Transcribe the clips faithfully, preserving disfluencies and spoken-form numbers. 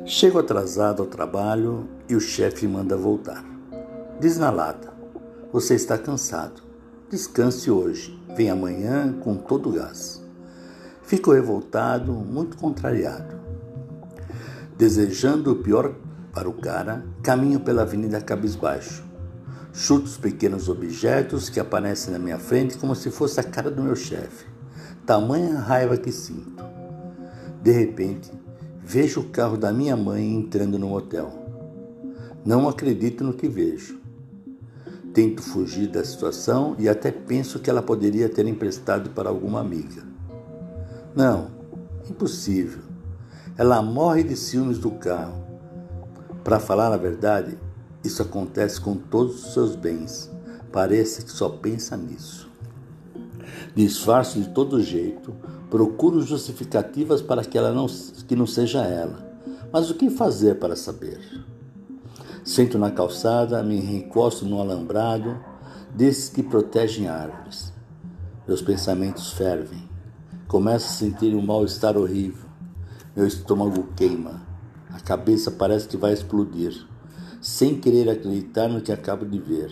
Chego atrasado ao trabalho e o chefe manda voltar. Diz na lata: você está cansado. Descanse hoje. Vem amanhã com todo o gás. Fico revoltado, muito contrariado. Desejando o pior para o cara, caminho pela avenida cabisbaixo. Chuto os pequenos objetos que aparecem na minha frente como se fosse a cara do meu chefe. Tamanha raiva que sinto. De repente, vejo o carro da minha mãe entrando no motel. Não acredito no que vejo. Tento fugir da situação e até penso que ela poderia ter emprestado para alguma amiga. Não, impossível. Ela morre de ciúmes do carro. Para falar a verdade, isso acontece com todos os seus bens. Parece que só pensa nisso. Disfarço de todo jeito, procuro justificativas para que ela não, que não seja ela. Mas o que fazer para saber? Sento na calçada, me encosto no alambrado, desses que protegem árvores. Meus pensamentos fervem. Começo a sentir um mal-estar horrível. Meu estômago queima. A cabeça parece que vai explodir, sem querer acreditar no que acabo de ver.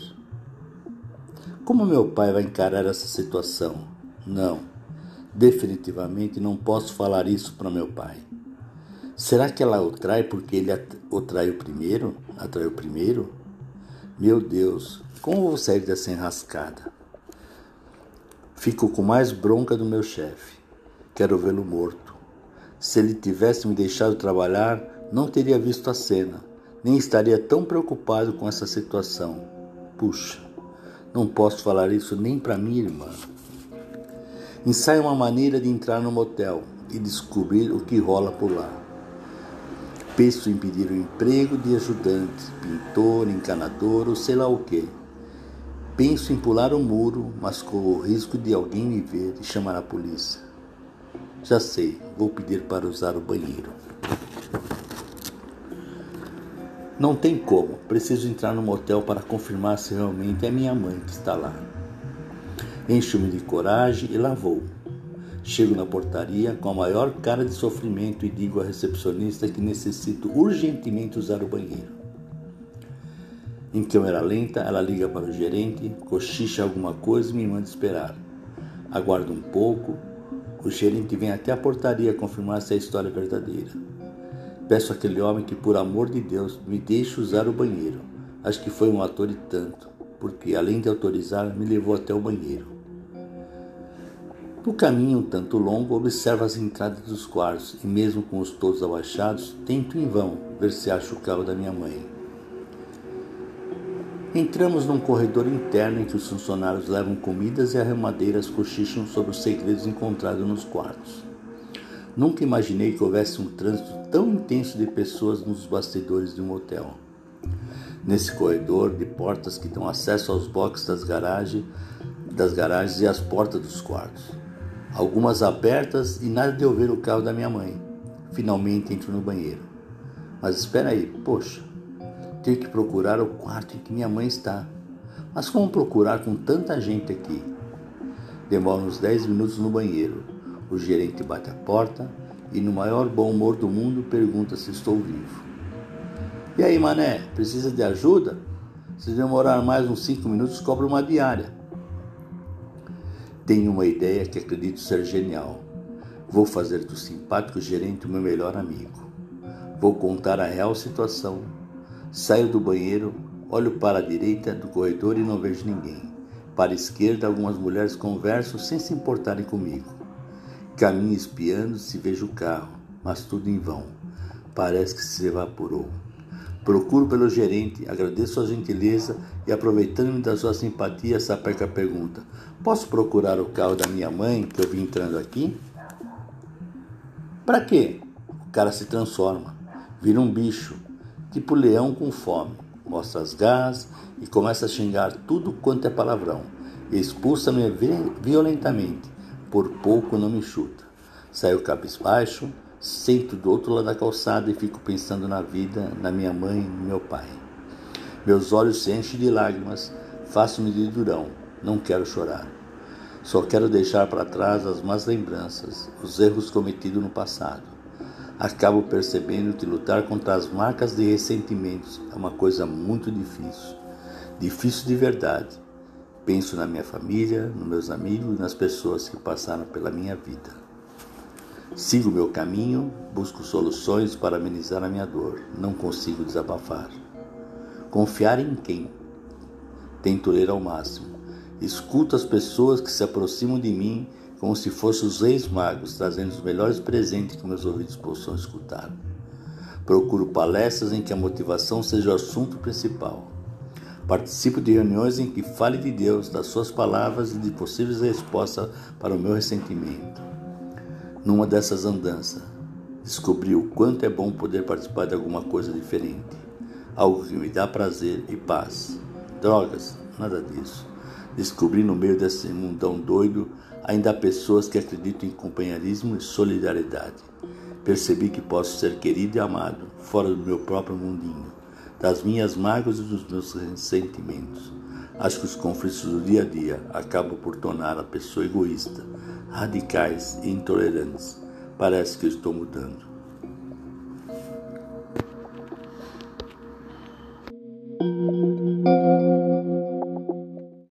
Como meu pai vai encarar essa situação? Não, definitivamente não posso falar isso para meu pai. Será que ela o trai porque ele o traiu primeiro? Atraiu primeiro? Meu Deus, como vou sair dessa enrascada? Fico com mais bronca do meu chefe. Quero vê-lo morto. Se ele tivesse me deixado trabalhar, não teria visto a cena, nem estaria tão preocupado com essa situação. Puxa, não posso falar isso nem para minha irmã. Ensaio uma maneira de entrar no motel e descobrir o que rola por lá. Penso em pedir um emprego de ajudante, pintor, encanador ou sei lá o quê. Penso em pular o muro, mas corro o risco de alguém me ver e chamar a polícia. Já sei, vou pedir para usar o banheiro. Não tem como, preciso entrar no motel para confirmar se realmente é minha mãe que está lá. Encho-me de coragem e lá vou. Chego na portaria com a maior cara de sofrimento e digo à recepcionista que necessito urgentemente usar o banheiro. Em câmera lenta, ela liga para o gerente, cochicha alguma coisa e me manda esperar. Aguardo um pouco, o gerente vem até a portaria confirmar se a história é verdadeira. Peço àquele homem que, por amor de Deus, me deixe usar o banheiro. Acho que foi um ator e tanto, porque, além de autorizar, me levou até o banheiro. No caminho um tanto longo, observo as entradas dos quartos e, mesmo com os todos abaixados, tento em vão ver se acho o carro da minha mãe. Entramos num corredor interno em que os funcionários levam comidas e arrumadeiras cochicham sobre os segredos encontrados nos quartos. Nunca imaginei que houvesse um trânsito tão intenso de pessoas nos bastidores de um hotel. Nesse corredor de portas que dão acesso aos boxes das garagens, das garagens e às portas dos quartos. Algumas abertas e nada de eu ver o carro da minha mãe. Finalmente entro no banheiro. Mas espera aí, poxa, tenho que procurar o quarto em que minha mãe está. Mas como procurar com tanta gente aqui? Demoro uns dez minutos no banheiro. O gerente bate a porta e, no maior bom humor do mundo, pergunta se estou vivo. E aí, mané, precisa de ajuda? Se demorar mais uns cinco minutos, cobra uma diária. Tenho uma ideia que acredito ser genial. Vou fazer do simpático gerente o meu melhor amigo. Vou contar a real situação. Saio do banheiro, olho para a direita do corredor e não vejo ninguém. Para a esquerda, algumas mulheres conversam sem se importarem comigo. Caminho espiando se vejo o carro, mas tudo em vão. Parece que se evaporou. Procuro pelo gerente, agradeço a gentileza e, aproveitando-me da sua simpatia, sapeco a pergunta: posso procurar o carro da minha mãe que eu vi entrando aqui? Para quê? O cara se transforma, vira um bicho, tipo leão com fome. Mostra as garras e começa a xingar tudo quanto é palavrão. Expulsa-me violentamente. Por pouco não me chuta. Saio cabisbaixo, sento do outro lado da calçada e fico pensando na vida, na minha mãe e no meu pai. Meus olhos se enchem de lágrimas, faço-me de durão, não quero chorar. Só quero deixar para trás as más lembranças, os erros cometidos no passado. acabo percebendo que lutar contra as marcas de ressentimentos é uma coisa muito difícil. Difícil de verdade. Penso na minha família, nos meus amigos e nas pessoas que passaram pela minha vida. Sigo meu caminho, busco soluções para amenizar a minha dor. Não consigo desabafar. Confiar em quem? Tento ler ao máximo. Escuto as pessoas que se aproximam de mim como se fossem os reis magos, trazendo os melhores presentes que meus ouvidos possam escutar. Procuro palestras em que a motivação seja o assunto principal. Participo de reuniões em que fale de Deus, das suas palavras e de possíveis respostas para o meu ressentimento. Numa dessas andanças, descobri o quanto é bom poder participar de alguma coisa diferente, algo que me dá prazer e paz. Drogas, nada disso. Descobri no meio desse mundão doido, ainda há pessoas que acreditam em companheirismo e solidariedade. Percebi que posso ser querido e amado, fora do meu próprio mundinho, das minhas mágoas e dos meus ressentimentos. Acho que os conflitos do dia a dia acabam por tornar a pessoa egoísta, radicais e intolerantes. Parece que eu estou mudando.